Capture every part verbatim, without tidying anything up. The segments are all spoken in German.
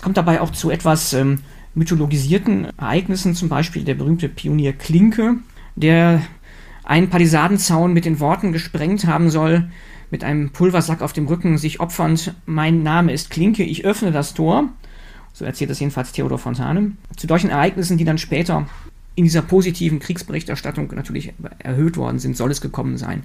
kommt dabei auch zu etwas ähm, mythologisierten Ereignissen, zum Beispiel der berühmte Pionier Klinke, der einen Palisadenzaun mit den Worten gesprengt haben soll, mit einem Pulversack auf dem Rücken, sich opfernd: Mein Name ist Klinke, ich öffne das Tor. So erzählt es jedenfalls Theodor Fontane. Zu solchen Ereignissen, die dann später in dieser positiven Kriegsberichterstattung natürlich erhöht worden sind, soll es gekommen sein.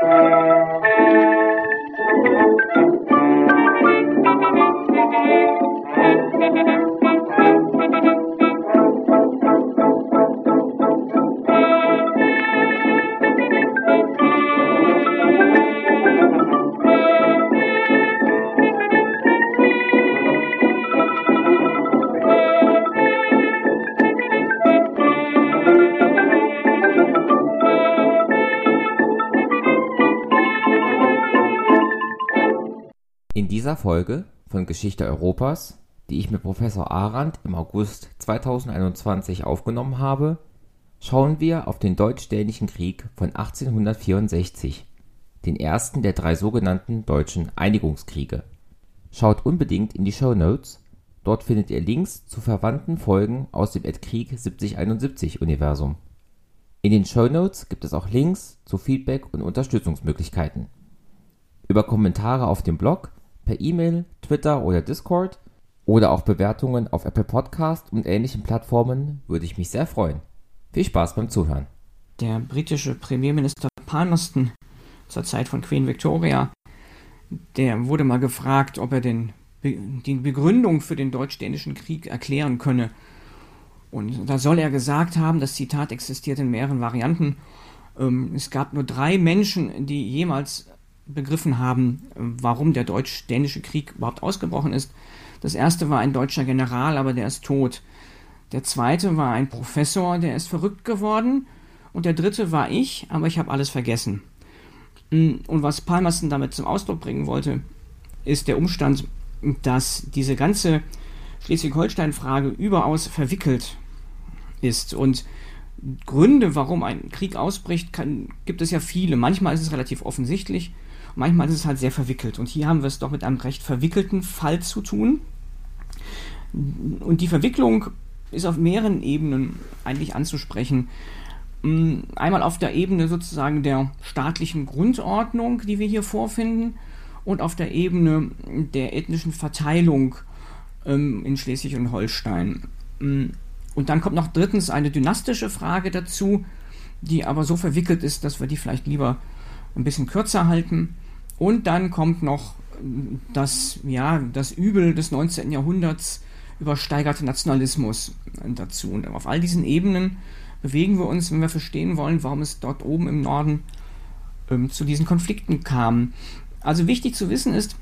In dieser Folge von Geschichte Europas, die ich mit Professor Arendt im August zweitausendeinundzwanzig aufgenommen habe, schauen wir auf den Deutsch-Dänischen Krieg von achtzehnhundertvierundsechzig, den ersten der drei sogenannten Deutschen Einigungskriege. Schaut unbedingt in die Shownotes, dort findet ihr Links zu verwandten Folgen aus dem Ed Krieg siebzig einundsiebzig Universum. In den Shownotes gibt es auch Links zu Feedback und Unterstützungsmöglichkeiten. Über Kommentare auf dem Blog, per E-Mail, Twitter oder Discord oder auch Bewertungen auf Apple Podcast und ähnlichen Plattformen würde ich mich sehr freuen. Viel Spaß beim Zuhören. Der britische Premierminister Palmerston zur Zeit von Queen Victoria, der wurde mal gefragt, ob er den, die Begründung für den Deutsch-Dänischen Krieg erklären könne. Und da soll er gesagt haben, das Zitat existiert in mehreren Varianten, ähm, es gab nur drei Menschen, die jemals begriffen haben, warum der Deutsch-Dänische Krieg überhaupt ausgebrochen ist. Das erste war ein deutscher General, aber der ist tot. Der zweite war ein Professor, der ist verrückt geworden. Und der dritte war ich, aber ich habe alles vergessen. Und was Palmerston damit zum Ausdruck bringen wollte, ist der Umstand, dass diese ganze Schleswig-Holstein-Frage überaus verwickelt ist. Und Gründe, warum ein Krieg ausbricht, kann, gibt es ja viele. Manchmal ist es relativ offensichtlich, manchmal ist es halt sehr verwickelt. Und hier haben wir es doch mit einem recht verwickelten Fall zu tun. Und die Verwicklung ist auf mehreren Ebenen eigentlich anzusprechen. Einmal auf der Ebene sozusagen der staatlichen Grundordnung, die wir hier vorfinden, und auf der Ebene der ethnischen Verteilung ähm, in Schleswig und Holstein. Und dann kommt noch drittens eine dynastische Frage dazu, die aber so verwickelt ist, dass wir die vielleicht lieber ein bisschen kürzer halten. Und dann kommt noch das, ja, das Übel des neunzehnten Jahrhunderts, übersteigerte Nationalismus dazu. Und auf all diesen Ebenen bewegen wir uns, wenn wir verstehen wollen, warum es dort oben im Norden ähm, zu diesen Konflikten kam. Also wichtig zu wissen ist,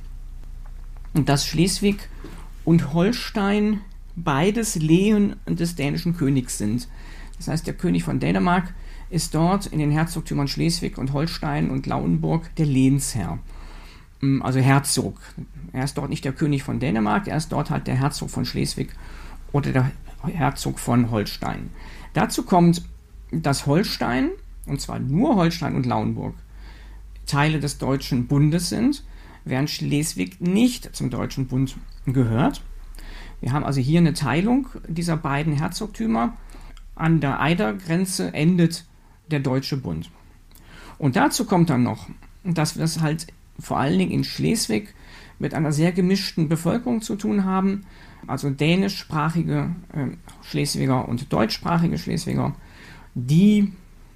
dass Schleswig und Holstein beides Lehen des dänischen Königs sind. Das heißt, der König von Dänemark ist dort in den Herzogtümern Schleswig und Holstein und Lauenburg der Lehensherr, also Herzog. Er ist dort nicht der König von Dänemark, er ist dort halt der Herzog von Schleswig oder der Herzog von Holstein. Dazu kommt, dass Holstein, und zwar nur Holstein und Lauenburg, Teile des Deutschen Bundes sind, während Schleswig nicht zum Deutschen Bund gehört. Wir haben also hier eine Teilung dieser beiden Herzogtümer. An der Eidergrenze endet der Deutsche Bund. Und dazu kommt dann noch, dass wir es halt vor allen Dingen in Schleswig mit einer sehr gemischten Bevölkerung zu tun haben, also dänischsprachige äh, Schleswiger und deutschsprachige Schleswiger, die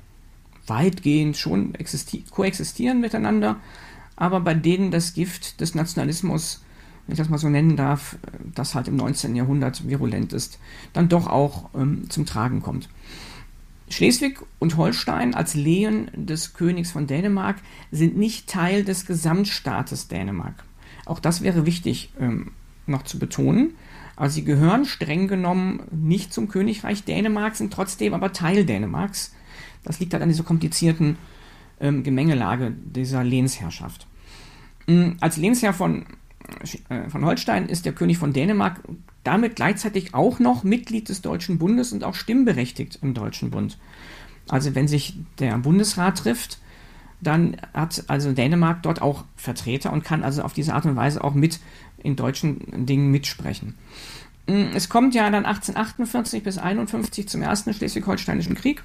weitgehend schon existi- koexistieren miteinander, aber bei denen das Gift des Nationalismus, wenn ich das mal so nennen darf, das halt im neunzehnten Jahrhundert virulent ist, dann doch auch ähm, zum Tragen kommt. Schleswig und Holstein als Lehen des Königs von Dänemark sind nicht Teil des Gesamtstaates Dänemark. Auch das wäre wichtig ähm, noch zu betonen. Also sie gehören streng genommen nicht zum Königreich Dänemark, sind trotzdem aber Teil Dänemarks. Das liegt halt an dieser komplizierten ähm, Gemengelage dieser Lehensherrschaft. Ähm, als Lehensherr von, äh, von Holstein ist der König von Dänemark damit gleichzeitig auch noch Mitglied des Deutschen Bundes und auch stimmberechtigt im Deutschen Bund. Also wenn sich der Bundesrat trifft, dann hat also Dänemark dort auch Vertreter und kann also auf diese Art und Weise auch mit in deutschen Dingen mitsprechen. Es kommt ja dann achtzehnhundertachtundvierzig bis einundfünfzig zum ersten Schleswig-Holsteinischen Krieg,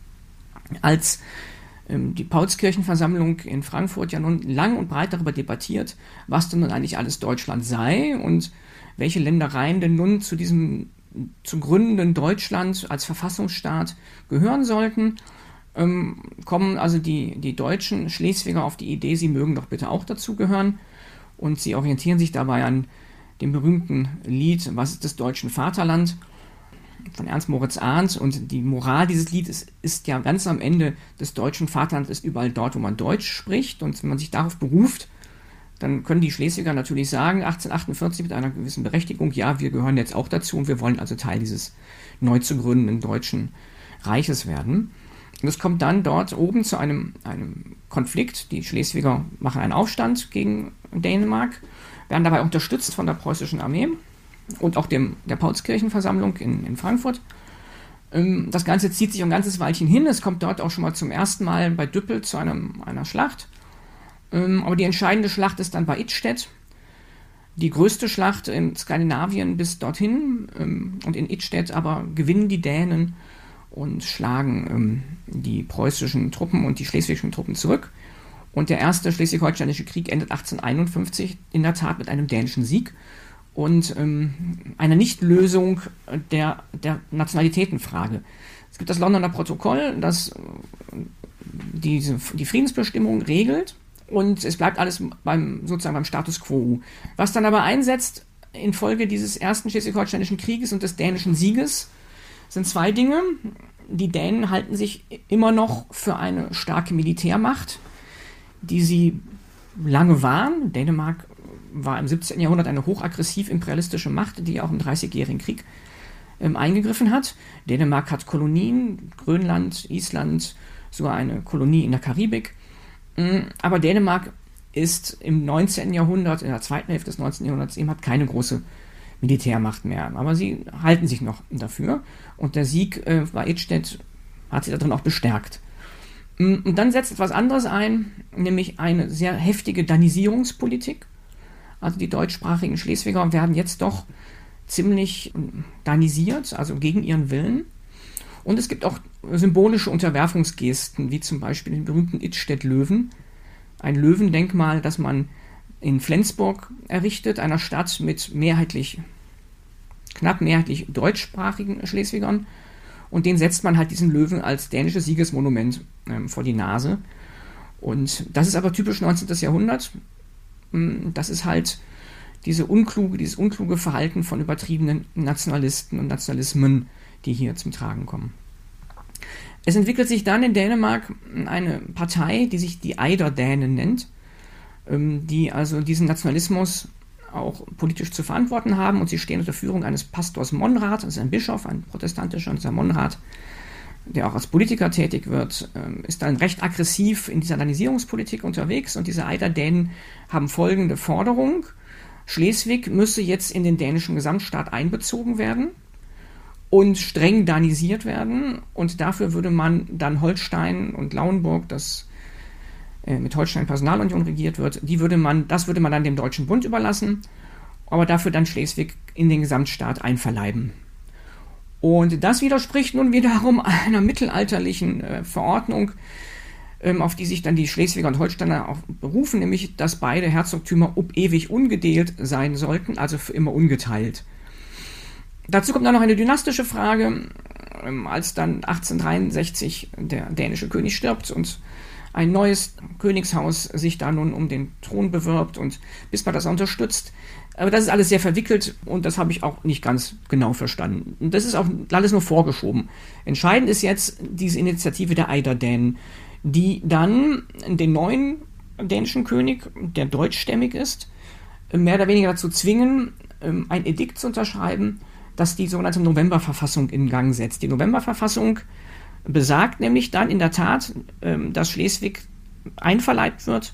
als ähm, die Paulskirchenversammlung in Frankfurt ja nun lang und breit darüber debattiert, was denn nun eigentlich alles Deutschland sei und welche Ländereien denn nun zu diesem zu gründenden Deutschland als Verfassungsstaat gehören sollten. Ähm, kommen also die, die deutschen Schleswiger auf die Idee, sie mögen doch bitte auch dazugehören, und sie orientieren sich dabei an dem berühmten Lied Was ist des deutschen Vaterland von Ernst Moritz Arndt, und die Moral dieses Liedes ist, ist ja ganz am Ende, des deutschen Vaterlands ist überall dort, wo man Deutsch spricht, und wenn man sich darauf beruft, dann können die Schleswiger natürlich sagen, achtzehnhundertachtundvierzig mit einer gewissen Berechtigung, ja, wir gehören jetzt auch dazu und wir wollen also Teil dieses neu zu gründenden Deutschen Reiches werden. Und es kommt dann dort oben zu einem, einem Konflikt. Die Schleswiger machen einen Aufstand gegen Dänemark, werden dabei unterstützt von der preußischen Armee und auch dem, der Paulskirchenversammlung in, in Frankfurt. Das Ganze zieht sich ein ganzes Weilchen hin. Es kommt dort auch schon mal zum ersten Mal bei Düppel zu einem, einer Schlacht. Aber die entscheidende Schlacht ist dann bei Idstedt. Die größte Schlacht in Skandinavien bis dorthin. Und in Idstedt aber gewinnen die Dänen und schlagen die preußischen Truppen und die schleswigischen Truppen zurück. Und der erste Schleswig-Holsteinische Krieg endet achtzehnhunderteinundfünfzig in der Tat mit einem dänischen Sieg und ähm, einer Nichtlösung der, der Nationalitätenfrage. Es gibt das Londoner Protokoll, das diese, die Friedensbestimmung regelt, und es bleibt alles beim, sozusagen beim Status quo. Was dann aber einsetzt infolge dieses ersten Schleswig-Holsteinischen Krieges und des dänischen Sieges, sind zwei Dinge. Die Dänen halten sich immer noch für eine starke Militärmacht, die sie lange waren. Dänemark war im siebzehnten Jahrhundert eine hochaggressiv imperialistische Macht, die auch im Dreißigjährigen Krieg ähm, eingegriffen hat. Dänemark hat Kolonien, Grönland, Island, sogar eine Kolonie in der Karibik. Aber Dänemark ist im neunzehnten Jahrhundert, in der zweiten Hälfte des neunzehnten Jahrhunderts, eben hat keine große Militärmacht mehr. Aber sie halten sich noch dafür. Und der Sieg äh, bei Idstedt hat sie darin auch bestärkt. Und dann setzt etwas anderes ein, nämlich eine sehr heftige Danisierungspolitik. Also die deutschsprachigen Schleswiger werden jetzt doch ziemlich danisiert, also gegen ihren Willen. Und es gibt auch symbolische Unterwerfungsgesten, wie zum Beispiel den berühmten Idstedt-Löwen. Ein Löwendenkmal, das man in Flensburg errichtet, einer Stadt mit mehrheitlich, knapp mehrheitlich deutschsprachigen Schleswigern. Und den setzt man halt diesen Löwen als dänisches Siegesmonument ähm, vor die Nase. Und das ist aber typisch neunzehnten Jahrhundert. Das ist halt diese unkluge, dieses unkluge Verhalten von übertriebenen Nationalisten und Nationalismen, die hier zum Tragen kommen. Es entwickelt sich dann in Dänemark eine Partei, die sich die Eiderdänen nennt, die also diesen Nationalismus auch politisch zu verantworten haben, und sie stehen unter Führung eines Pastors Monrad, das ist ein Bischof, ein protestantischer, und dieser Monrad, der auch als Politiker tätig wird, ist dann recht aggressiv in dieser Danisierungspolitik unterwegs, und diese Eiderdänen haben folgende Forderung: Schleswig müsse jetzt in den dänischen Gesamtstaat einbezogen werden und streng danisiert werden, und dafür würde man dann Holstein und Lauenburg, das äh, mit Holstein Personalunion regiert wird, die würde man, das würde man dann dem Deutschen Bund überlassen, aber dafür dann Schleswig in den Gesamtstaat einverleiben. Und das widerspricht nun wiederum einer mittelalterlichen äh, Verordnung, ähm, auf die sich dann die Schleswiger und Holsteiner auch berufen, nämlich, dass beide Herzogtümer ob ewig ungedeelt sein sollten, also für immer ungeteilt. Dazu kommt dann noch eine dynastische Frage, ähm, als dann achtzehnhundertdreiundsechzig der dänische König stirbt und ein neues Königshaus sich da nun um den Thron bewirbt und Bismarck das unterstützt. Aber das ist alles sehr verwickelt, und das habe ich auch nicht ganz genau verstanden. Und das ist auch alles nur vorgeschoben. Entscheidend ist jetzt diese Initiative der Eiderdänen, die dann den neuen dänischen König, der deutschstämmig ist, mehr oder weniger dazu zwingen, ein Edikt zu unterschreiben, das die sogenannte Novemberverfassung in Gang setzt. Die Novemberverfassung besagt nämlich dann in der Tat, dass Schleswig einverleibt wird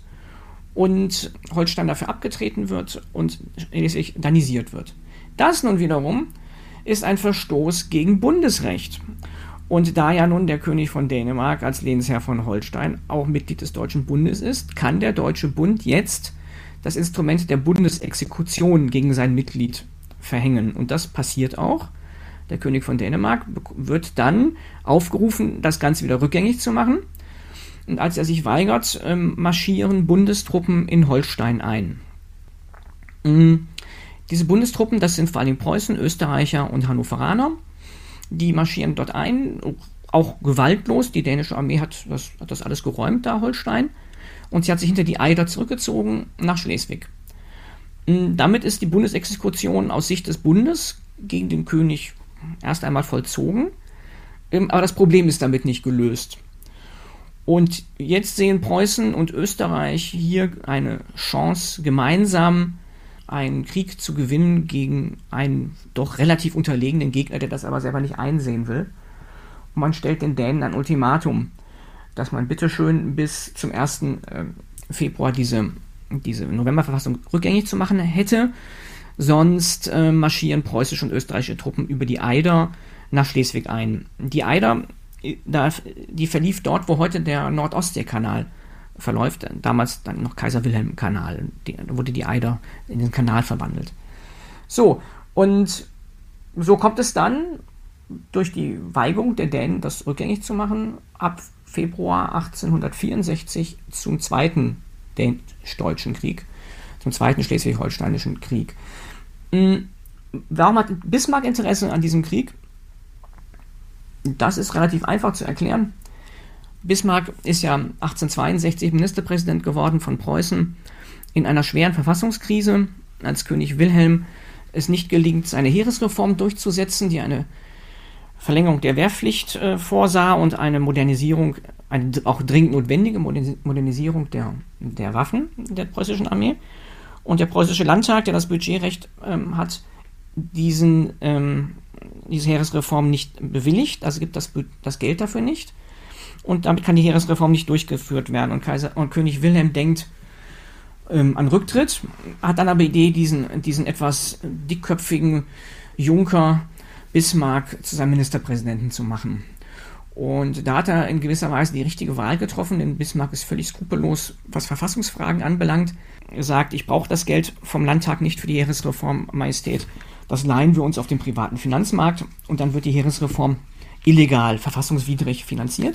und Holstein dafür abgetreten wird und Schleswig danisiert wird. Das nun wiederum ist ein Verstoß gegen Bundesrecht. Und da ja nun der König von Dänemark als Lehnsherr von Holstein auch Mitglied des Deutschen Bundes ist, kann der Deutsche Bund jetzt das Instrument der Bundesexekution gegen sein Mitglied verhängen. Und das passiert auch. Der König von Dänemark wird dann aufgerufen, das Ganze wieder rückgängig zu machen. Und als er sich weigert, marschieren Bundestruppen in Holstein ein. Diese Bundestruppen, das sind vor allem Preußen, Österreicher und Hannoveraner. Die marschieren dort ein, auch gewaltlos. Die dänische Armee hat das, hat das alles geräumt, da Holstein. Und sie hat sich hinter die Eider zurückgezogen nach Schleswig. Damit ist die Bundesexekution aus Sicht des Bundes gegen den König erst einmal vollzogen. Aber das Problem ist damit nicht gelöst. Und jetzt sehen Preußen und Österreich hier eine Chance, gemeinsam einen Krieg zu gewinnen gegen einen doch relativ unterlegenen Gegner, der das aber selber nicht einsehen will. Und man stellt den Dänen ein Ultimatum, dass man bitteschön bis zum ersten Februar diese, diese Novemberverfassung rückgängig zu machen hätte. Sonst äh, marschieren preußische und österreichische Truppen über die Eider nach Schleswig ein. Die Eider, da, die verlief dort, wo heute der Nord-Ostsee-Kanal verläuft, damals dann noch Kaiser-Wilhelm-Kanal, da wurde die Eider in den Kanal verwandelt. So, und so kommt es dann durch die Weigerung der Dänen, das rückgängig zu machen, ab Februar achtzehnhundertvierundsechzig zum Zweiten Dänisch-Deutschen Krieg, zum Zweiten Schleswig-Holsteinischen Krieg. Warum hat Bismarck Interesse an diesem Krieg? Das ist relativ einfach zu erklären. Bismarck ist ja achtzehnhundertzweiundsechzig Ministerpräsident geworden von Preußen in einer schweren Verfassungskrise, als König Wilhelm es nicht gelingt, seine Heeresreform durchzusetzen, die eine Verlängerung der Wehrpflicht äh, vorsah und eine Modernisierung, eine auch dringend notwendige Modernisierung der, der Waffen der preußischen Armee. Und der preußische Landtag, der das Budgetrecht ähm, hat, diesen, ähm, diese Heeresreform nicht bewilligt, also gibt das, das Geld dafür nicht. Und damit kann die Heeresreform nicht durchgeführt werden. Und, Kaiser, und König Wilhelm denkt ähm, an Rücktritt, hat dann aber die Idee, diesen, diesen etwas dickköpfigen Junker Bismarck zu seinem Ministerpräsidenten zu machen. Und da hat er in gewisser Weise die richtige Wahl getroffen, denn Bismarck ist völlig skrupellos, was Verfassungsfragen anbelangt. Er sagt, ich brauche das Geld vom Landtag nicht für die Heeresreform, Majestät. Das leihen wir uns auf dem privaten Finanzmarkt und dann wird die Heeresreform illegal, verfassungswidrig finanziert.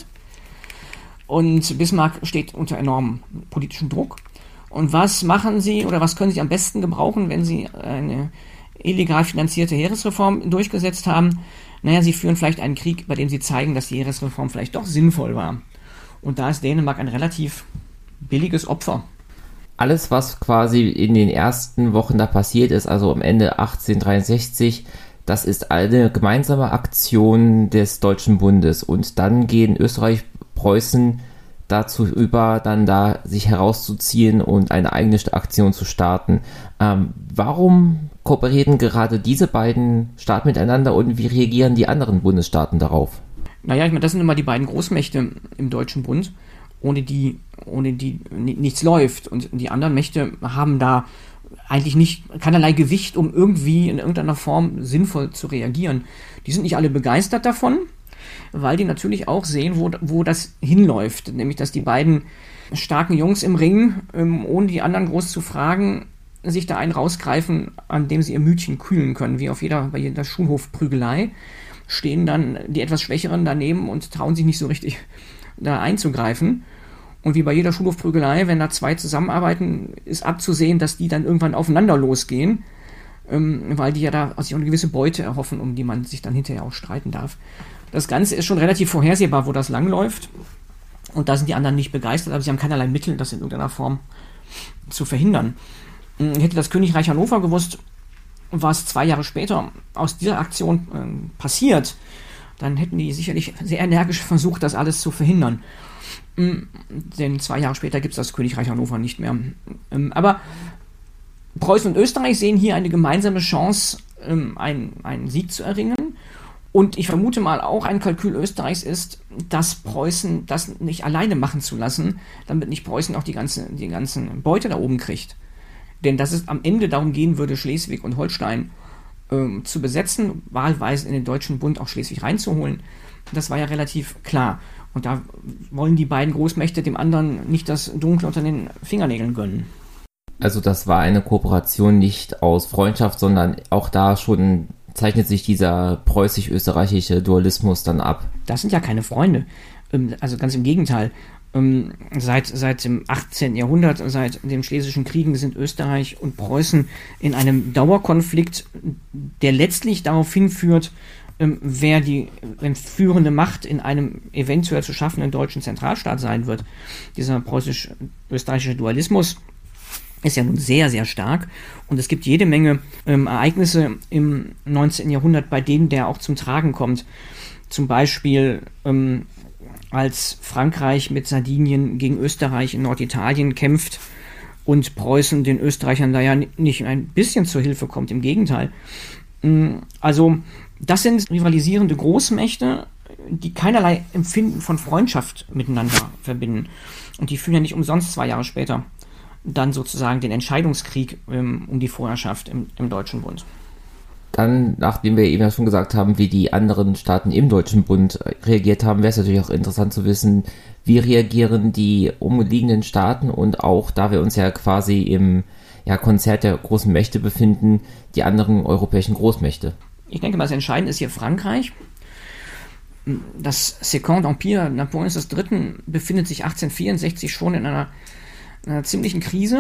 Und Bismarck steht unter enormem politischen Druck. Und was machen Sie oder was können Sie am besten gebrauchen, wenn Sie eine illegal finanzierte Heeresreform durchgesetzt haben? Naja, Sie führen vielleicht einen Krieg, bei dem Sie zeigen, dass die Heeresreform vielleicht doch sinnvoll war. Und da ist Dänemark ein relativ billiges Opfer. Alles, was quasi in den ersten Wochen da passiert ist, also am Ende achtzehnhundertdreiundsechzig, das ist eine gemeinsame Aktion des Deutschen Bundes. Und dann gehen Österreich, Preußen dazu über, dann da sich herauszuziehen und eine eigene Aktion zu starten. Ähm, warum kooperieren gerade diese beiden Staaten miteinander und wie reagieren die anderen Bundesstaaten darauf? Naja, ich meine, das sind immer die beiden Großmächte im Deutschen Bund, ohne die, ohne die nichts läuft. Und die anderen Mächte haben da eigentlich nicht keinerlei Gewicht, um irgendwie in irgendeiner Form sinnvoll zu reagieren. Die sind nicht alle begeistert davon, weil die natürlich auch sehen, wo, wo das hinläuft. Nämlich, dass die beiden starken Jungs im Ring, ähm, ohne die anderen groß zu fragen, sich da einen rausgreifen, an dem sie ihr Mütchen kühlen können, wie auf jeder, bei jeder Schulhofprügelei, stehen dann die etwas Schwächeren daneben und trauen sich nicht so richtig da einzugreifen. Und wie bei jeder Schulhofprügelei, wenn da zwei zusammenarbeiten, ist abzusehen, dass die dann irgendwann aufeinander losgehen, ähm, weil die ja da sich auch eine gewisse Beute erhoffen, um die man sich dann hinterher auch streiten darf. Das Ganze ist schon relativ vorhersehbar, wo das langläuft. Und da sind die anderen nicht begeistert, aber sie haben keinerlei Mittel, das in irgendeiner Form zu verhindern. Hätte das Königreich Hannover gewusst, was zwei Jahre später aus dieser Aktion äh, passiert, dann hätten die sicherlich sehr energisch versucht, das alles zu verhindern. Ähm, denn zwei Jahre später gibt es das Königreich Hannover nicht mehr. Ähm, aber Preußen und Österreich sehen hier eine gemeinsame Chance, ähm, einen, einen Sieg zu erringen. Und ich vermute mal auch, ein Kalkül Österreichs ist, dass Preußen das nicht alleine machen zu lassen, damit nicht Preußen auch die ganze, die ganzen Beute da oben kriegt. Denn dass es am Ende darum gehen würde, Schleswig und Holstein ähm, zu besetzen, wahlweise in den Deutschen Bund auch Schleswig reinzuholen, das war ja relativ klar. Und da wollen die beiden Großmächte dem anderen nicht das Dunkle unter den Fingernägeln gönnen. Also das war eine Kooperation nicht aus Freundschaft, sondern auch da schon zeichnet sich dieser preußisch-österreichische Dualismus dann ab. Das sind ja keine Freunde. Also ganz im Gegenteil. Seit, seit dem achtzehnten Jahrhundert, seit den Schlesischen Kriegen sind Österreich und Preußen in einem Dauerkonflikt, der letztlich darauf hinführt, wer die führende Macht in einem eventuell zu schaffenden deutschen Zentralstaat sein wird. Dieser preußisch-österreichische Dualismus ist ja nun sehr, sehr stark und es gibt jede Menge ähm, Ereignisse im neunzehnten Jahrhundert, bei denen der auch zum Tragen kommt. Zum Beispiel ähm, als Frankreich mit Sardinien gegen Österreich in Norditalien kämpft und Preußen den Österreichern da ja nicht ein bisschen zur Hilfe kommt, im Gegenteil. Also das sind rivalisierende Großmächte, die keinerlei Empfinden von Freundschaft miteinander verbinden. Und die führen ja nicht umsonst zwei Jahre später dann sozusagen den Entscheidungskrieg ähm, um die Vorherrschaft im, im Deutschen Bund. Dann, nachdem wir eben ja schon gesagt haben, wie die anderen Staaten im Deutschen Bund reagiert haben, wäre es natürlich auch interessant zu wissen, wie reagieren die umliegenden Staaten und auch, da wir uns ja quasi im ja, Konzert der großen Mächte befinden, die anderen europäischen Großmächte. Ich denke mal, das Entscheidende ist hier Frankreich. Das Second Empire Napoleons des Dritten befindet sich achtzehnhundertvierundsechzig schon in einer, einer ziemlichen Krise,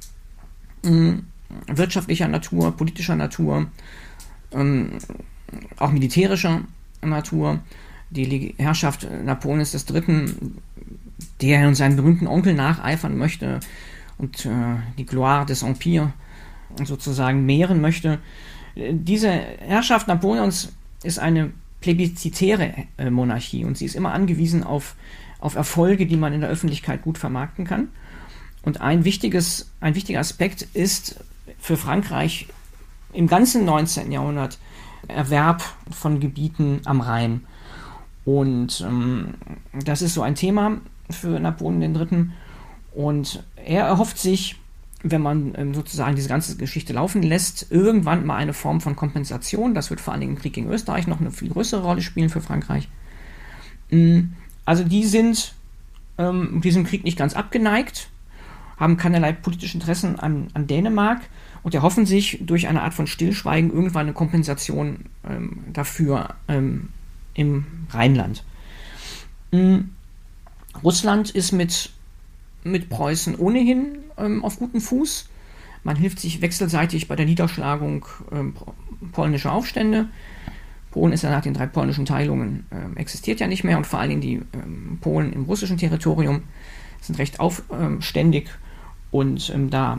mh, wirtschaftlicher Natur, politischer Natur, ähm, auch militärischer Natur. Die Herrschaft Napoleons des Dritten, der und seinen berühmten Onkel nacheifern möchte und äh, die Gloire des Empire sozusagen mehren möchte. Diese Herrschaft Napoleons ist eine plebiszitäre äh, Monarchie und sie ist immer angewiesen auf, auf Erfolge, die man in der Öffentlichkeit gut vermarkten kann. Und ein, wichtiges, ein wichtiger Aspekt ist für Frankreich im ganzen neunzehnten Jahrhundert Erwerb von Gebieten am Rhein. Und ähm, das ist so ein Thema für Napoleon den Dritten. Und er erhofft sich, wenn man ähm, sozusagen diese ganze Geschichte laufen lässt, irgendwann mal eine Form von Kompensation. Das wird vor allem im Krieg gegen Österreich noch eine viel größere Rolle spielen für Frankreich. Ähm, also die sind ähm, diesem Krieg nicht ganz abgeneigt, haben keinerlei politische Interessen an, an Dänemark und erhoffen sich durch eine Art von Stillschweigen irgendwann eine Kompensation ähm, dafür ähm, im Rheinland. Ähm, Russland ist mit, mit Preußen ohnehin ähm, auf gutem Fuß. Man hilft sich wechselseitig bei der Niederschlagung ähm, polnischer Aufstände. Polen ist ja nach den drei polnischen Teilungen, ähm, existiert ja nicht mehr und vor allen Dingen die ähm, Polen im russischen Territorium sind recht aufständig. Und ähm, da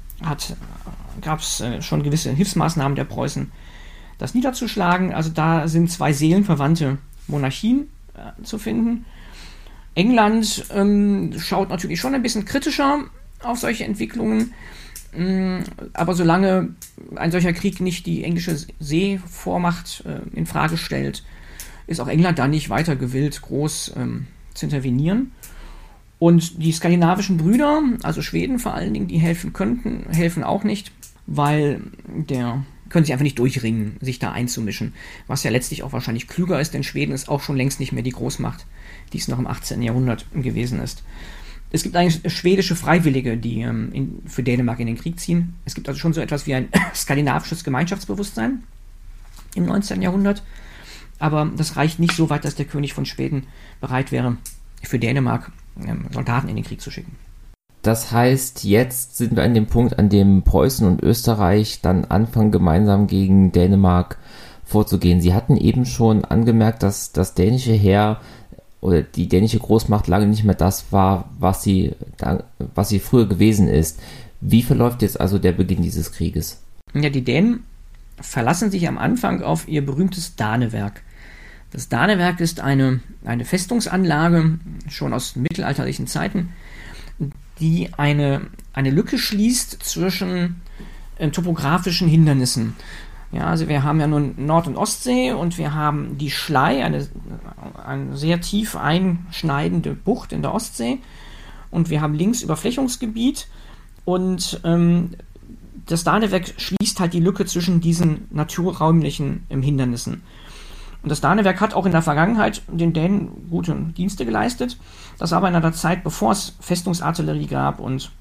gab es äh, schon gewisse Hilfsmaßnahmen der Preußen, das niederzuschlagen. Also da sind zwei seelenverwandte Monarchien äh, zu finden. England ähm, schaut natürlich schon ein bisschen kritischer auf solche Entwicklungen, ähm, aber solange ein solcher Krieg nicht die englische Seevormacht äh, in Frage stellt, ist auch England da nicht weiter gewillt, groß ähm, zu intervenieren. Und die skandinavischen Brüder, also Schweden vor allen Dingen, die helfen könnten, helfen auch nicht, weil der können sich einfach nicht durchringen, sich da einzumischen. Was ja letztlich auch wahrscheinlich klüger ist, denn Schweden ist auch schon längst nicht mehr die Großmacht, die es noch im achtzehnten Jahrhundert gewesen ist. Es gibt eigentlich schwedische Freiwillige, die ähm, in, für Dänemark in den Krieg ziehen. Es gibt also schon so etwas wie ein skandinavisches Gemeinschaftsbewusstsein im neunzehnten Jahrhundert. Aber das reicht nicht so weit, dass der König von Schweden bereit wäre, für Dänemark ähm, Soldaten in den Krieg zu schicken. Das heißt, jetzt sind wir an dem Punkt, an dem Preußen und Österreich dann anfangen, gemeinsam gegen Dänemark vorzugehen. Sie hatten eben schon angemerkt, dass das dänische Heer oder die dänische Großmacht lange nicht mehr das war, was sie, was sie früher gewesen ist. Wie verläuft jetzt also der Beginn dieses Krieges? Ja, die Dänen verlassen sich am Anfang auf ihr berühmtes Danewerk. Das Danewerk ist eine, eine Festungsanlage, schon aus mittelalterlichen Zeiten, die eine, eine Lücke schließt zwischen äh, topografischen Hindernissen. Ja, also wir haben ja nun Nord- und Ostsee und wir haben die Schlei, eine, eine sehr tief einschneidende Bucht in der Ostsee und wir haben links Überflächungsgebiet und ähm, das Danewerk schließt halt die Lücke zwischen diesen naturräumlichen ähm, Hindernissen. Und das Danewerk hat auch in der Vergangenheit den Dänen gute Dienste geleistet. Das aber in einer Zeit, bevor es Festungsartillerie gab und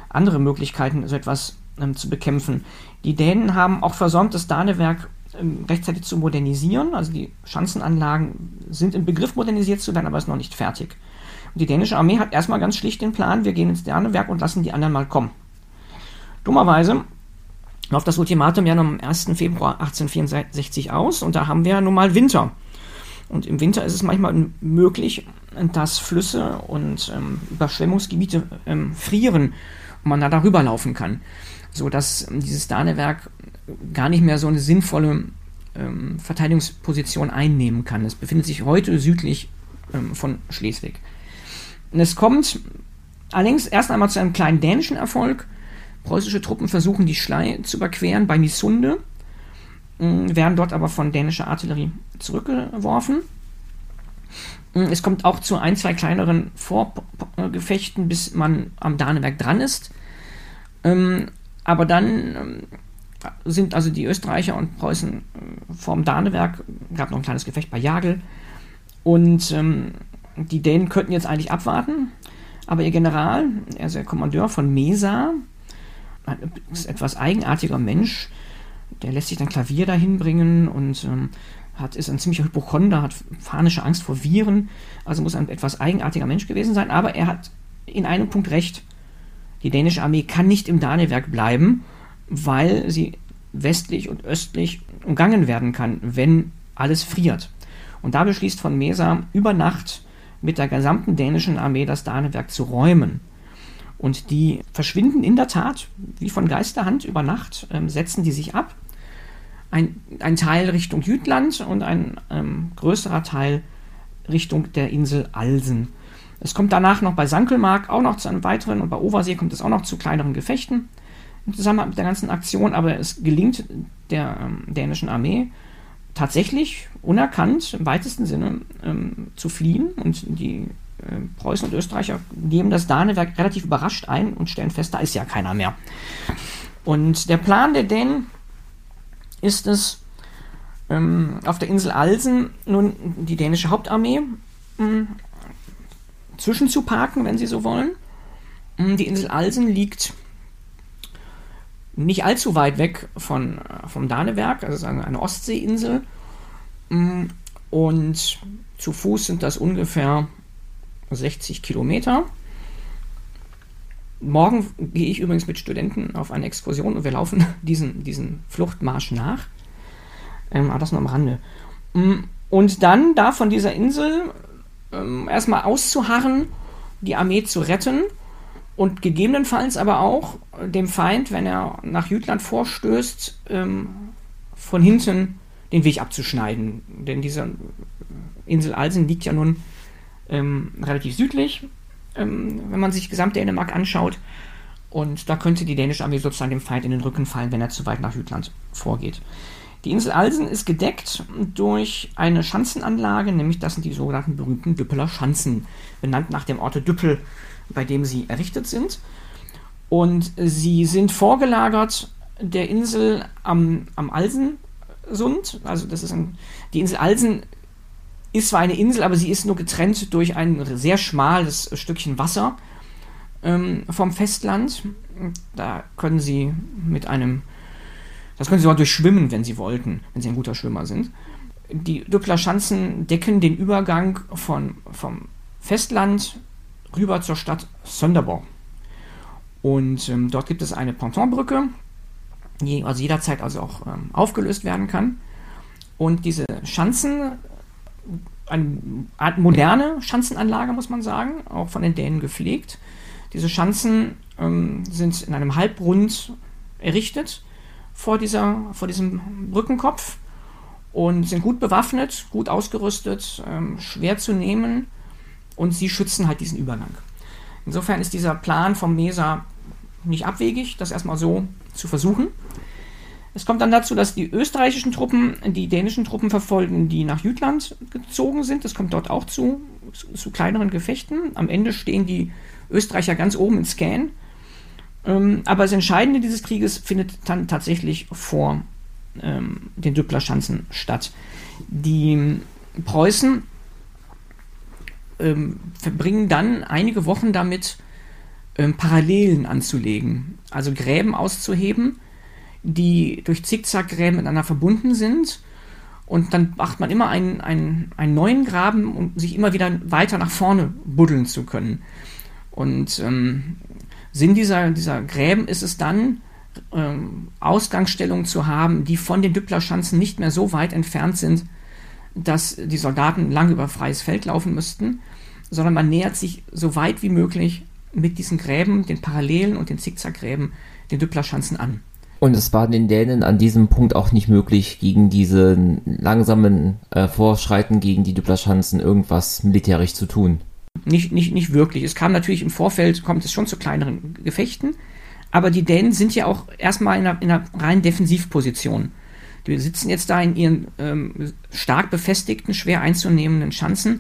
andere Möglichkeiten, so etwas ähm, zu bekämpfen. Die Dänen haben auch versäumt, das Danewerk ähm, rechtzeitig zu modernisieren. Also die Schanzenanlagen sind im Begriff, modernisiert zu werden, aber ist noch nicht fertig. Und die dänische Armee hat erstmal ganz schlicht den Plan, wir gehen ins Danewerk und lassen die anderen mal kommen. Dummerweise läuft das Ultimatum ja am ersten Februar achtzehnhundertvierundsechzig aus und da haben wir nun mal Winter. Und im Winter ist es manchmal möglich, dass Flüsse und ähm, Überschwemmungsgebiete ähm, frieren und man da darüber laufen kann, sodass dieses Danewerk gar nicht mehr so eine sinnvolle ähm, Verteidigungsposition einnehmen kann. Es befindet sich heute südlich ähm, von Schleswig. Und es kommt allerdings erst einmal zu einem kleinen dänischen Erfolg. Preußische Truppen versuchen, die Schlei zu überqueren bei Misunde, werden dort aber von dänischer Artillerie zurückgeworfen. Es kommt auch zu ein, zwei kleineren Vorgefechten, bis man am Danewerk dran ist. Aber dann sind also die Österreicher und Preußen vorm Danewerk, gab noch ein kleines Gefecht bei Jagel, und die Dänen könnten jetzt eigentlich abwarten, aber ihr General, also der Kommandeur von Mesa, ein etwas eigenartiger Mensch, der lässt sich dann Klavier dahin bringen und ähm, hat, ist ein ziemlicher Hypochonder, hat panische Angst vor Viren, also muss ein etwas eigenartiger Mensch gewesen sein, aber er hat in einem Punkt recht. Die dänische Armee kann nicht im Danewerk bleiben, weil sie westlich und östlich umgangen werden kann, wenn alles friert. Und da beschließt von Mesa über Nacht mit der gesamten dänischen Armee das Danewerk zu räumen. Und die verschwinden in der Tat, wie von Geisterhand, über Nacht, ähm, setzen die sich ab. Ein, ein Teil Richtung Jütland und ein ähm, größerer Teil Richtung der Insel Alsen. Es kommt danach noch bei Sankelmark auch noch zu einem weiteren, und bei Oversee kommt es auch noch zu kleineren Gefechten im Zusammenhang mit der ganzen Aktion, aber es gelingt der ähm, dänischen Armee tatsächlich unerkannt, im weitesten Sinne, ähm, zu fliehen, und die äh, Preußen und Österreicher nehmen das Danewerk relativ überrascht ein und stellen fest, da ist ja keiner mehr. Und der Plan der Dänen ist es, ähm, auf der Insel Alsen nun die dänische Hauptarmee ähm, zwischenzuparken, wenn sie so wollen. Die Insel Alsen liegt nicht allzu weit weg von, vom Danewerk, also eine Ostseeinsel. Und zu Fuß sind das ungefähr sechzig Kilometer. Morgen gehe ich übrigens mit Studenten auf eine Exkursion und wir laufen diesen, diesen Fluchtmarsch nach. Ähm, aber das nur am Rande. Und dann da von dieser Insel ähm, erstmal auszuharren, die Armee zu retten und gegebenenfalls aber auch dem Feind, wenn er nach Jütland vorstößt, ähm, von hinten den Weg abzuschneiden. Denn diese Insel Alsen liegt ja nun ähm, relativ südlich, ähm, wenn man sich Gesamt-Dänemark anschaut. Und da könnte die dänische Armee sozusagen dem Feind in den Rücken fallen, wenn er zu weit nach Jütland vorgeht. Die Insel Alsen ist gedeckt durch eine Schanzenanlage, nämlich das sind die sogenannten berühmten Düppeler Schanzen, benannt nach dem Orte Düppel, bei dem sie errichtet sind. Und sie sind vorgelagert der Insel am, am Alsensund. Also das ist ein, die Insel Alsen ist zwar eine Insel, aber sie ist nur getrennt durch ein sehr schmales Stückchen Wasser ähm, vom Festland. Da können sie mit einem Das können sie sogar durchschwimmen, wenn sie wollten, wenn sie ein guter Schwimmer sind. Die Düppeler Schanzen decken den Übergang von, vom Festland rüber zur Stadt Sønderborg. Und ähm, dort gibt es eine Pontonbrücke, die also jederzeit also auch ähm, aufgelöst werden kann. Und diese Schanzen, eine Art moderne Schanzenanlage, muss man sagen, auch von den Dänen gepflegt. Diese Schanzen ähm, sind in einem Halbrund errichtet vor, dieser, vor diesem Brückenkopf und sind gut bewaffnet, gut ausgerüstet, ähm, schwer zu nehmen, und sie schützen halt diesen Übergang. Insofern ist dieser Plan vom Mesa nicht abwegig, das erstmal so zu versuchen. Es kommt dann dazu, dass die österreichischen Truppen die dänischen Truppen verfolgen, die nach Jütland gezogen sind. Es kommt dort auch zu, zu, zu kleineren Gefechten. Am Ende stehen die Österreicher ganz oben in Skän. Ähm, aber das Entscheidende dieses Krieges findet dann tatsächlich vor ähm, den Düppeler Schanzen statt. Die Preußen ähm, verbringen dann einige Wochen damit, ähm, Parallelen anzulegen, also Gräben auszuheben, die durch Zickzackgräben miteinander verbunden sind. Und dann macht man immer einen, einen, einen neuen Graben, um sich immer wieder weiter nach vorne buddeln zu können. Und ähm, Sinn dieser, dieser Gräben ist es dann, ähm, Ausgangsstellungen zu haben, die von den Düppler-Schanzen nicht mehr so weit entfernt sind, dass die Soldaten lang über freies Feld laufen müssten, sondern man nähert sich so weit wie möglich mit diesen Gräben, den Parallelen und den Zickzackgräben, den Düppler-Schanzen an. Und es war den Dänen an diesem Punkt auch nicht möglich, gegen diese langsamen äh, Vorschreiten gegen die Düppler-Schanzen irgendwas militärisch zu tun. Nicht, nicht, nicht wirklich. Es kam natürlich im Vorfeld, kommt es schon zu kleineren Gefechten, aber die Dänen sind ja auch erstmal in einer, in einer reinen Defensivposition. Die sitzen jetzt da in ihren ähm, stark befestigten, schwer einzunehmenden Schanzen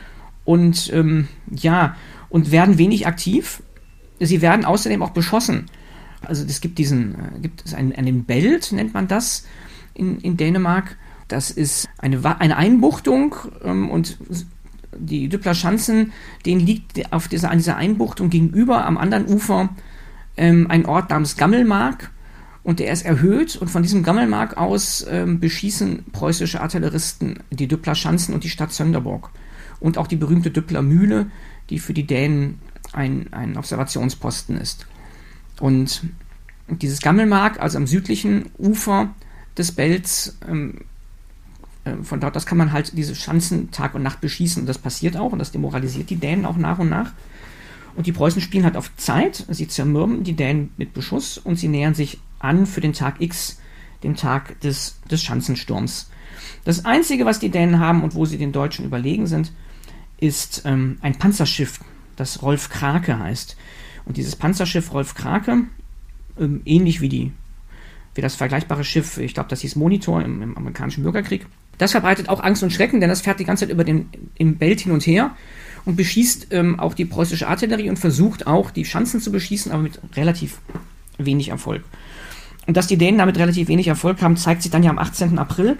und ähm, ja, und werden wenig aktiv. Sie werden außerdem auch beschossen. Also es gibt diesen, äh, gibt es einen, einen Belt, nennt man das in, in Dänemark. Das ist eine, eine Einbuchtung ähm, und die Düppler-Schanzen, denen liegt auf dieser, an dieser Einbuchtung gegenüber am anderen Ufer ähm, ein Ort namens Gammelmark und der ist erhöht und von diesem Gammelmark aus ähm, beschießen preußische Artilleristen die Düppler-Schanzen und die Stadt Sønderborg und auch die berühmte Düppler Mühle, die für die Dänen ein, ein Observationsposten ist. Und dieses Gammelmark, also am südlichen Ufer des Belts, ähm, äh, von dort aus kann man halt diese Schanzen Tag und Nacht beschießen. Und das passiert auch und das demoralisiert die Dänen auch nach und nach. Und die Preußen spielen halt auf Zeit. Sie zermürben die Dänen mit Beschuss und sie nähern sich an für den Tag X, den Tag des, des Schanzensturms. Das Einzige, was die Dänen haben und wo sie den Deutschen überlegen sind, ist ähm, ein Panzerschiff, das Rolf Krake heißt. Und dieses Panzerschiff Rolf Krake, ähm, ähnlich wie, die, wie das vergleichbare Schiff, ich glaube, das hieß Monitor im, im amerikanischen Bürgerkrieg, das verbreitet auch Angst und Schrecken, denn das fährt die ganze Zeit über den im Belt hin und her und beschießt ähm, auch die preußische Artillerie und versucht auch, die Schanzen zu beschießen, aber mit relativ wenig Erfolg. Und dass die Dänen damit relativ wenig Erfolg haben, zeigt sich dann ja am achtzehnten April,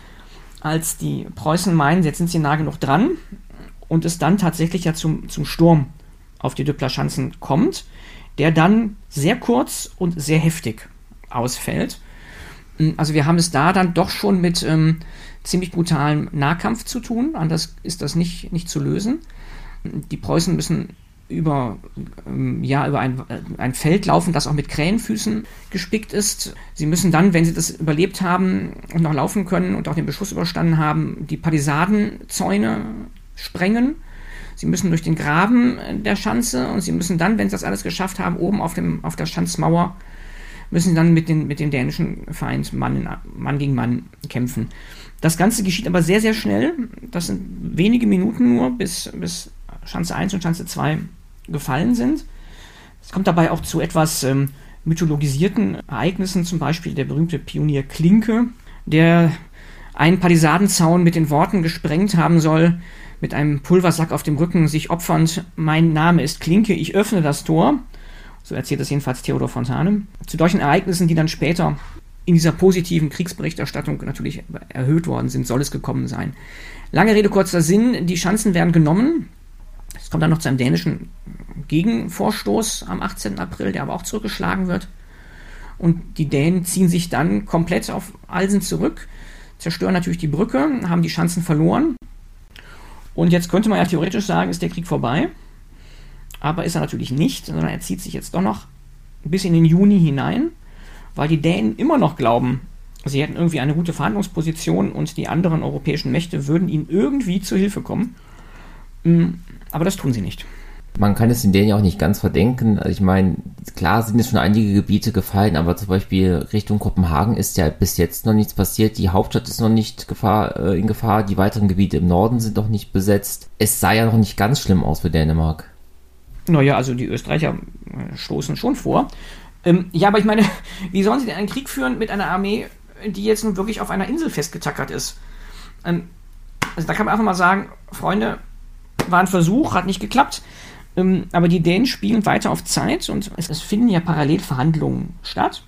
als die Preußen meinen, jetzt sind sie nah genug dran und es dann tatsächlich ja zum, zum Sturm auf die Düppler-Schanzen kommt, der dann sehr kurz und sehr heftig ausfällt. Also wir haben es da dann doch schon mit ähm, ziemlich brutalem Nahkampf zu tun, anders ist das nicht, nicht zu lösen. Die Preußen müssen über, ähm, ja, über ein, ein Feld laufen, das auch mit Krähenfüßen gespickt ist. Sie müssen dann, wenn sie das überlebt haben und noch laufen können und auch den Beschuss überstanden haben, die Palisadenzäune sprengen. Sie müssen durch den Graben der Schanze und sie müssen dann, wenn sie das alles geschafft haben, oben auf, dem, auf der Schanzmauer, müssen sie dann mit, den, mit dem dänischen Feind Mann, Mann gegen Mann kämpfen. Das Ganze geschieht aber sehr, sehr schnell. Das sind wenige Minuten nur, bis, bis Schanze eins und Schanze zwei gefallen sind. Es kommt dabei auch zu etwas ähm, mythologisierten Ereignissen, zum Beispiel der berühmte Pionier Klinke, der einen Palisadenzaun mit den Worten gesprengt haben soll, mit einem Pulversack auf dem Rücken, sich opfernd: Mein Name ist Klinke, ich öffne das Tor. So erzählt es jedenfalls Theodor Fontane. Zu solchen Ereignissen, die dann später in dieser positiven Kriegsberichterstattung natürlich erhöht worden sind, soll es gekommen sein. Lange Rede, kurzer Sinn, die Schanzen werden genommen. Es kommt dann noch zu einem dänischen Gegenvorstoß am achtzehnten April, der aber auch zurückgeschlagen wird. Und die Dänen ziehen sich dann komplett auf Alsen zurück, zerstören natürlich die Brücke, haben die Schanzen verloren. Und jetzt könnte man ja theoretisch sagen, ist der Krieg vorbei. Aber ist er natürlich nicht, sondern er zieht sich jetzt doch noch bis in den Juni hinein, weil die Dänen immer noch glauben, sie hätten irgendwie eine gute Verhandlungsposition und die anderen europäischen Mächte würden ihnen irgendwie zu Hilfe kommen. Aber das tun sie nicht. Man kann es den Dänen ja auch nicht ganz verdenken. Also ich meine, klar sind jetzt schon einige Gebiete gefallen, aber zum Beispiel Richtung Kopenhagen ist ja bis jetzt noch nichts passiert. Die Hauptstadt ist noch nicht Gefahr, äh, in Gefahr. Die weiteren Gebiete im Norden sind noch nicht besetzt. Es sah ja noch nicht ganz schlimm aus für Dänemark. Naja, also die Österreicher stoßen schon vor. Ähm, ja, aber ich meine, wie sollen sie denn einen Krieg führen mit einer Armee, die jetzt nun wirklich auf einer Insel festgetackert ist? Ähm, also da kann man einfach mal sagen, Freunde, war ein Versuch, hat nicht geklappt. Ähm, aber die Dänen spielen weiter auf Zeit und es, es finden ja parallel Verhandlungen statt.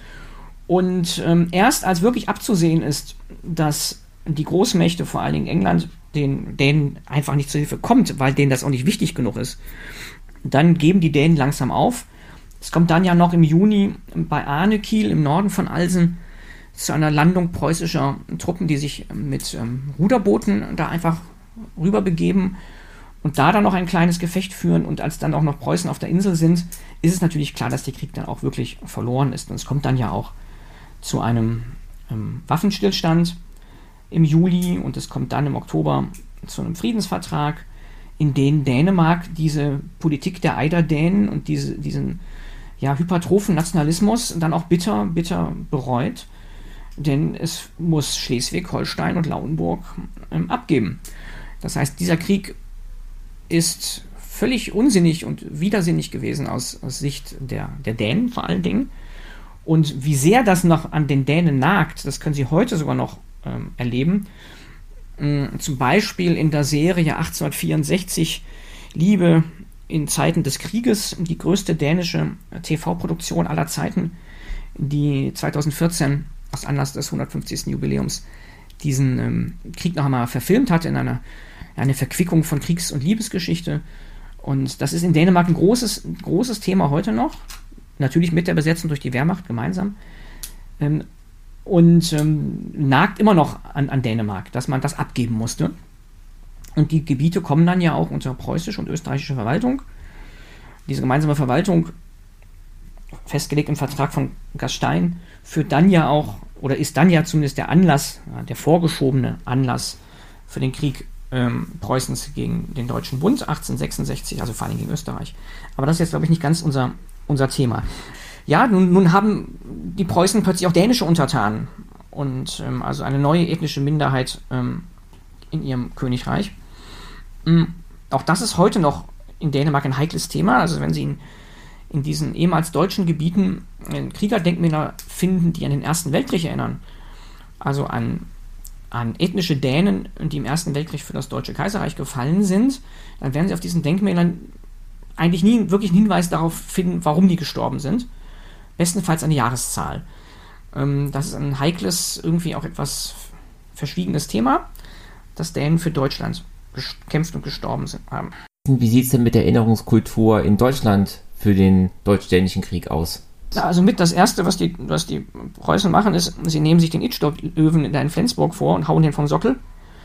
Und ähm, erst als wirklich abzusehen ist, dass die Großmächte, vor allen Dingen England, den Dänen einfach nicht zur Hilfe kommt, weil denen das auch nicht wichtig genug ist, Dann geben die Dänen langsam auf. Es kommt dann ja noch im Juni bei Arnekiel im Norden von Alsen zu einer Landung preußischer Truppen, die sich mit ähm, Ruderbooten da einfach rüber begeben und da dann noch ein kleines Gefecht führen. Und als dann auch noch Preußen auf der Insel sind, ist es natürlich klar, dass der Krieg dann auch wirklich verloren ist. Und es kommt dann ja auch zu einem ähm, Waffenstillstand im Juli und es kommt dann im Oktober zu einem Friedensvertrag, in dem Dänemark diese Politik der Eiderdänen und diese, diesen ja, hypertrophen Nationalismus dann auch bitter, bitter bereut. Denn es muss Schleswig, Holstein und Lauenburg ähm, abgeben. Das heißt, dieser Krieg ist völlig unsinnig und widersinnig gewesen aus, aus Sicht der, der Dänen vor allen Dingen. Und wie sehr das noch an den Dänen nagt, das können Sie heute sogar noch ähm, erleben. Ähm, zum Beispiel in der Serie achtzehnhundertvierundsechzig Liebe in Zeiten des Krieges, die größte dänische T V-Produktion aller Zeiten, die zweitausendvierzehn aus Anlass des hundertfünfzigsten Jubiläums diesen ähm, Krieg noch einmal verfilmt hat in einer eine Verquickung von Kriegs- und Liebesgeschichte. Und das ist in Dänemark ein großes, großes Thema heute noch. Natürlich mit der Besetzung durch die Wehrmacht gemeinsam. Ähm, und ähm, nagt immer noch an, an Dänemark, dass man das abgeben musste. Und die Gebiete kommen dann ja auch unter preußische und österreichische Verwaltung. Diese gemeinsame Verwaltung, festgelegt im Vertrag von Gastein, führt dann ja auch, oder ist dann ja zumindest der Anlass, der vorgeschobene Anlass für den Krieg ähm, Preußens gegen den Deutschen Bund achtzehnhundertsechsundsechzig, also vor allem gegen Österreich. Aber das ist jetzt, glaube ich, nicht ganz unser, unser Thema. Ja, nun, nun haben die Preußen plötzlich auch dänische Untertanen und ähm, also eine neue ethnische Minderheit ähm, in ihrem Königreich. Ähm, auch das ist heute noch in Dänemark ein heikles Thema. Also wenn Sie in, in diesen ehemals deutschen Gebieten äh, Kriegerdenkmäler finden, die an den Ersten Weltkrieg erinnern, also an, an ethnische Dänen, die im Ersten Weltkrieg für das Deutsche Kaiserreich gefallen sind, dann werden Sie auf diesen Denkmälern eigentlich nie wirklich einen Hinweis darauf finden, warum die gestorben sind. Bestenfalls eine Jahreszahl. Ähm, das ist ein heikles, irgendwie auch etwas verschwiegenes Thema, dass Dänen für Deutschland gekämpft und gestorben sind, haben. Wie sieht es denn mit der Erinnerungskultur in Deutschland für den Deutsch-Dänischen Krieg aus? Also mit das Erste, was die, was die Preußen machen, ist, sie nehmen sich den Idstol-Löwen in Flensburg vor und hauen den vom Sockel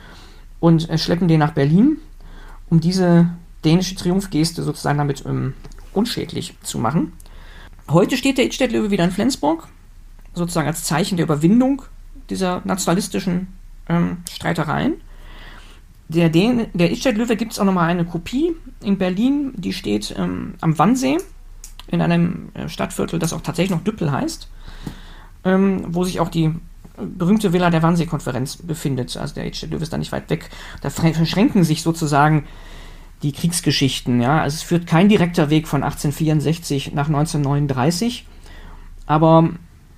und äh, schleppen den nach Berlin, um diese dänische Triumphgeste sozusagen damit ähm, unschädlich zu machen. Heute steht der Idstedt-Löwe wieder in Flensburg, sozusagen als Zeichen der Überwindung dieser nationalistischen ähm, Streitereien. Der, Dän- der Idstedt-Löwe gibt es auch nochmal eine Kopie in Berlin, die steht ähm, am Wannsee, in einem äh, Stadtviertel, das auch tatsächlich noch Düppel heißt, ähm, wo sich auch die berühmte Villa der Wannsee-Konferenz befindet. Also der Idstedt-Löwe ist da nicht weit weg. Da verschränken sich sozusagen die Kriegsgeschichten. Ja? Also es führt kein direkter Weg von achtzehnhundertvierundsechzig nach neunzehnhundertneununddreißig, aber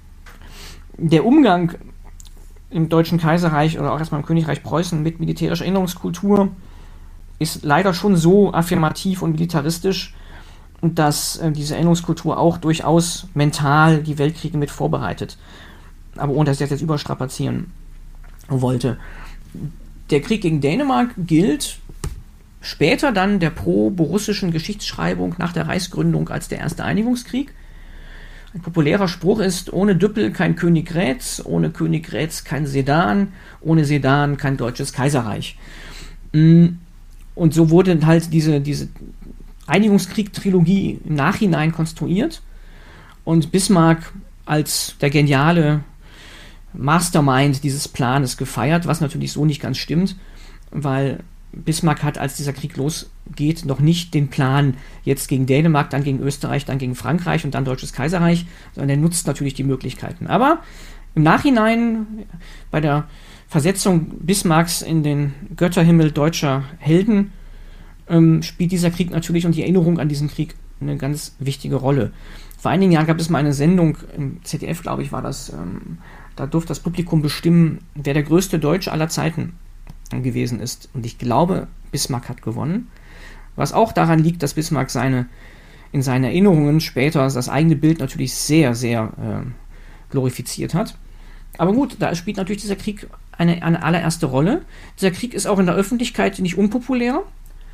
der Umgang im Deutschen Kaiserreich oder auch erstmal im Königreich Preußen mit militärischer Erinnerungskultur ist leider schon so affirmativ und militaristisch, dass äh, diese Erinnerungskultur auch durchaus mental die Weltkriege mit vorbereitet. Aber ohne dass ich das jetzt überstrapazieren wollte. Der Krieg gegen Dänemark gilt später dann der pro-borussischen Geschichtsschreibung nach der Reichsgründung als der erste Einigungskrieg. Ein populärer Spruch ist, ohne Düppel kein Königgrätz, ohne Königgrätz kein Sedan, ohne Sedan kein deutsches Kaiserreich. Und so wurde halt diese, diese Einigungskrieg-Trilogie im Nachhinein konstruiert und Bismarck als der geniale Mastermind dieses Planes gefeiert, was natürlich so nicht ganz stimmt, weil Bismarck hat, als dieser Krieg losgeht, noch nicht den Plan jetzt gegen Dänemark, dann gegen Österreich, dann gegen Frankreich und dann Deutsches Kaiserreich, sondern er nutzt natürlich die Möglichkeiten. Aber im Nachhinein, bei der Versetzung Bismarcks in den Götterhimmel deutscher Helden, ähm, spielt dieser Krieg natürlich und die Erinnerung an diesen Krieg eine ganz wichtige Rolle. Vor einigen Jahren gab es mal eine Sendung, im Z D F, glaube ich, war das, ähm, da durfte das Publikum bestimmen, wer der größte Deutsche aller Zeiten gewesen ist. Und ich glaube, Bismarck hat gewonnen. Was auch daran liegt, dass Bismarck seine, in seinen Erinnerungen später das eigene Bild natürlich sehr, sehr äh, glorifiziert hat. Aber gut, da spielt natürlich dieser Krieg eine, eine allererste Rolle. Dieser Krieg ist auch in der Öffentlichkeit nicht unpopulär.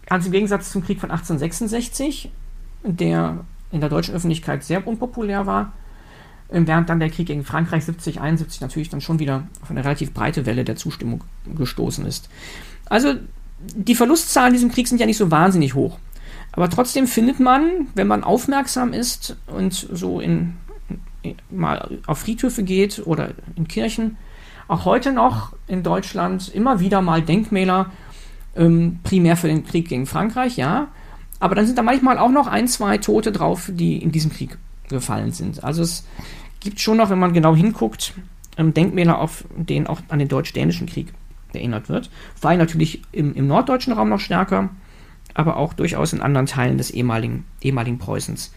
Ganz im Gegensatz zum Krieg von achtzehnhundertsechsundsechzig, der in der deutschen Öffentlichkeit sehr unpopulär war, während dann der Krieg gegen Frankreich siebzig, einundsiebzig natürlich dann schon wieder auf eine relativ breite Welle der Zustimmung gestoßen ist. Also die Verlustzahlen in diesem Krieg sind ja nicht so wahnsinnig hoch. Aber trotzdem findet man, wenn man aufmerksam ist und so in, in, mal auf Friedhöfe geht oder in Kirchen, auch heute noch in Deutschland immer wieder mal Denkmäler, ähm, primär für den Krieg gegen Frankreich, ja. Aber dann sind da manchmal auch noch ein, zwei Tote drauf, die in diesem Krieg gefallen sind. Also es gibt schon noch, wenn man genau hinguckt, ähm, Denkmäler, auf denen auch an den Deutsch-Dänischen Krieg erinnert wird. Vor allem natürlich im, im norddeutschen Raum noch stärker, aber auch durchaus in anderen Teilen des ehemaligen, ehemaligen Preußens.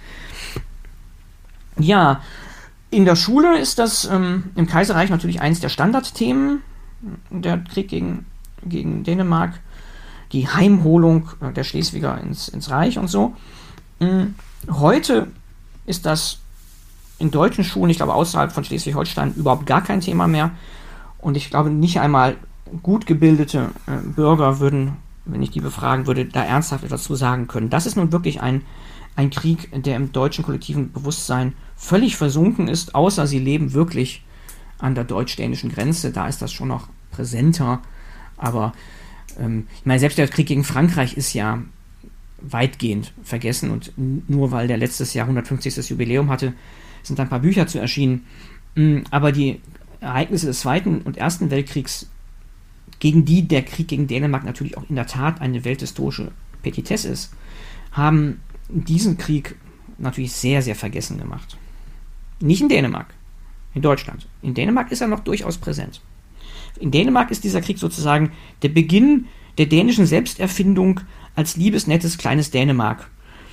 Ja, in der Schule ist das ähm, im Kaiserreich natürlich eines der Standardthemen, der Krieg gegen, gegen Dänemark, die Heimholung der Schleswiger ins, ins Reich und so. Mhm. Heute ist das in deutschen Schulen, ich glaube außerhalb von Schleswig-Holstein, überhaupt gar kein Thema mehr. Und ich glaube, nicht einmal gut gebildete äh, Bürger würden, wenn ich die befragen würde, da ernsthaft etwas zu sagen können. Das ist nun wirklich ein, ein Krieg, der im deutschen kollektiven Bewusstsein völlig versunken ist, außer sie leben wirklich an der deutsch-dänischen Grenze. Da ist das schon noch präsenter. Aber ähm, ich meine, selbst der Krieg gegen Frankreich ist ja weitgehend vergessen. Und nur weil der letztes Jahr hundertfünfzigstes Jubiläum hatte, sind ein paar Bücher zu erschienen. Aber die Ereignisse des Zweiten und Ersten Weltkriegs, gegen die der Krieg gegen Dänemark natürlich auch in der Tat eine welthistorische Petitesse ist, haben diesen Krieg natürlich sehr, sehr vergessen gemacht. Nicht in Dänemark, in Deutschland. In Dänemark ist er noch durchaus präsent. In Dänemark ist dieser Krieg sozusagen der Beginn der dänischen Selbsterfindung als liebes, nettes, kleines Dänemark,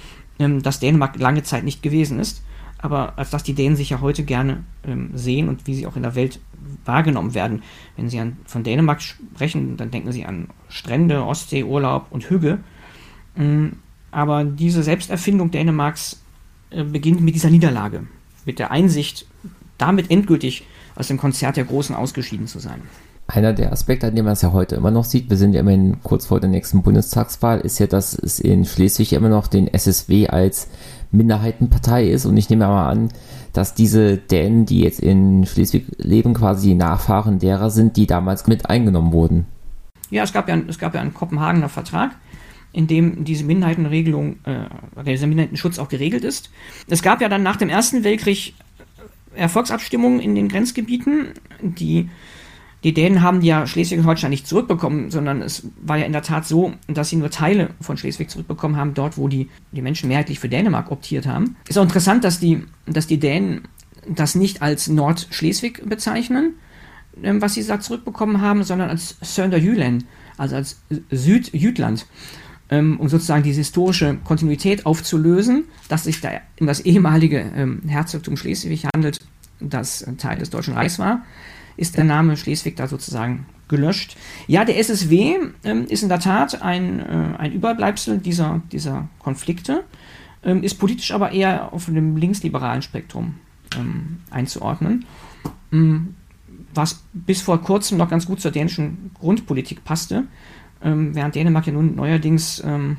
das Dänemark lange Zeit nicht gewesen ist, aber als das die Dänen sich ja heute gerne ähm, sehen und wie sie auch in der Welt wahrgenommen werden. Wenn sie an, von Dänemark sprechen, dann denken sie an Strände, Ostseeurlaub und Hügge. Ähm, aber diese Selbsterfindung Dänemarks äh, beginnt mit dieser Niederlage, mit der Einsicht, damit endgültig aus dem Konzert der Großen ausgeschieden zu sein. Einer der Aspekte, an dem man es ja heute immer noch sieht, wir sind ja immerhin kurz vor der nächsten Bundestagswahl, ist ja, dass es in Schleswig immer noch den S S W als Minderheitenpartei ist. Und ich nehme mal an, dass diese Dänen, die jetzt in Schleswig leben, quasi die Nachfahren derer sind, die damals mit eingenommen wurden. Ja, es gab ja, es gab ja einen Kopenhagener Vertrag, in dem diese Minderheitenregelung, äh, dieser Minderheitenschutz auch geregelt ist. Es gab ja dann nach dem Ersten Weltkrieg Erfolgsabstimmungen in den Grenzgebieten, die Die Dänen haben ja Schleswig-Holstein nicht zurückbekommen, sondern es war ja in der Tat so, dass sie nur Teile von Schleswig zurückbekommen haben, dort, wo die, die Menschen mehrheitlich für Dänemark optiert haben. Ist auch interessant, dass die, dass die Dänen das nicht als Nordschleswig bezeichnen, ähm, was sie da zurückbekommen haben, sondern als Sønderjylland, also als Südjütland, ähm, um sozusagen diese historische Kontinuität aufzulösen, dass sich da um das ehemalige ähm, Herzogtum Schleswig handelt, das Teil des Deutschen Reichs war, ist der Name Schleswig da sozusagen gelöscht. Ja, der S S W ähm, ist in der Tat ein, äh, ein Überbleibsel dieser, dieser Konflikte, ähm, ist politisch aber eher auf dem linksliberalen Spektrum ähm, einzuordnen, ähm, was bis vor kurzem noch ganz gut zur dänischen Grundpolitik passte, ähm, während Dänemark ja nun neuerdings ähm,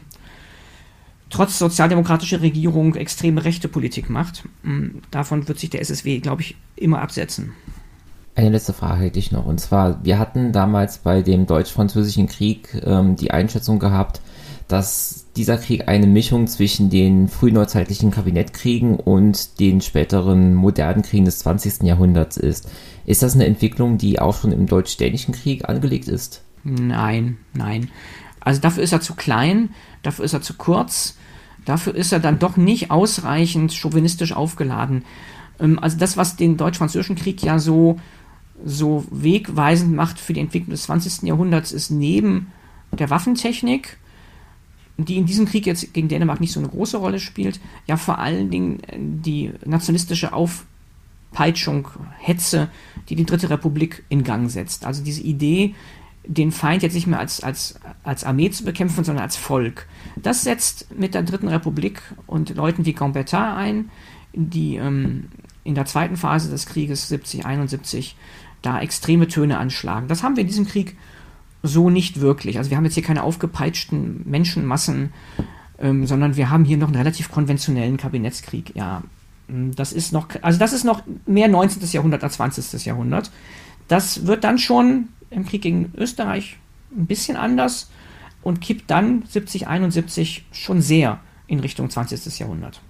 trotz sozialdemokratischer Regierung extreme rechte Politik macht. Ähm, davon wird sich der S S W, glaube ich, immer absetzen. Eine letzte Frage hätte ich noch, und zwar, wir hatten damals bei dem Deutsch-Französischen Krieg ähm, die Einschätzung gehabt, dass dieser Krieg eine Mischung zwischen den frühneuzeitlichen Kabinettkriegen und den späteren modernen Kriegen des zwanzigsten Jahrhunderts ist. Ist das eine Entwicklung, die auch schon im Deutsch-Dänischen Krieg angelegt ist? Nein, nein. Also dafür ist er zu klein, dafür ist er zu kurz, dafür ist er dann doch nicht ausreichend chauvinistisch aufgeladen. Ähm, also das, was den Deutsch-Französischen Krieg ja so so wegweisend macht für die Entwicklung des zwanzigsten Jahrhunderts, ist neben der Waffentechnik, die in diesem Krieg jetzt gegen Dänemark nicht so eine große Rolle spielt, ja vor allen Dingen die nationalistische Aufpeitschung, Hetze, die die Dritte Republik in Gang setzt. Also diese Idee, den Feind jetzt nicht mehr als, als, als Armee zu bekämpfen, sondern als Volk. Das setzt mit der Dritten Republik und Leuten wie Gambetta ein, die ähm, in der zweiten Phase des Krieges siebzig, einundsiebzig da extreme Töne anschlagen. Das haben wir in diesem Krieg so nicht wirklich. Also wir haben jetzt hier keine aufgepeitschten Menschenmassen, ähm, sondern wir haben hier noch einen relativ konventionellen Kabinettskrieg. Ja, das ist noch, also das ist noch mehr neunzehnten. Jahrhundert als zwanzigsten. Jahrhundert. Das wird dann schon im Krieg gegen Österreich ein bisschen anders und kippt dann siebzig, einundsiebzig schon sehr in Richtung zwanzigsten. Jahrhundert.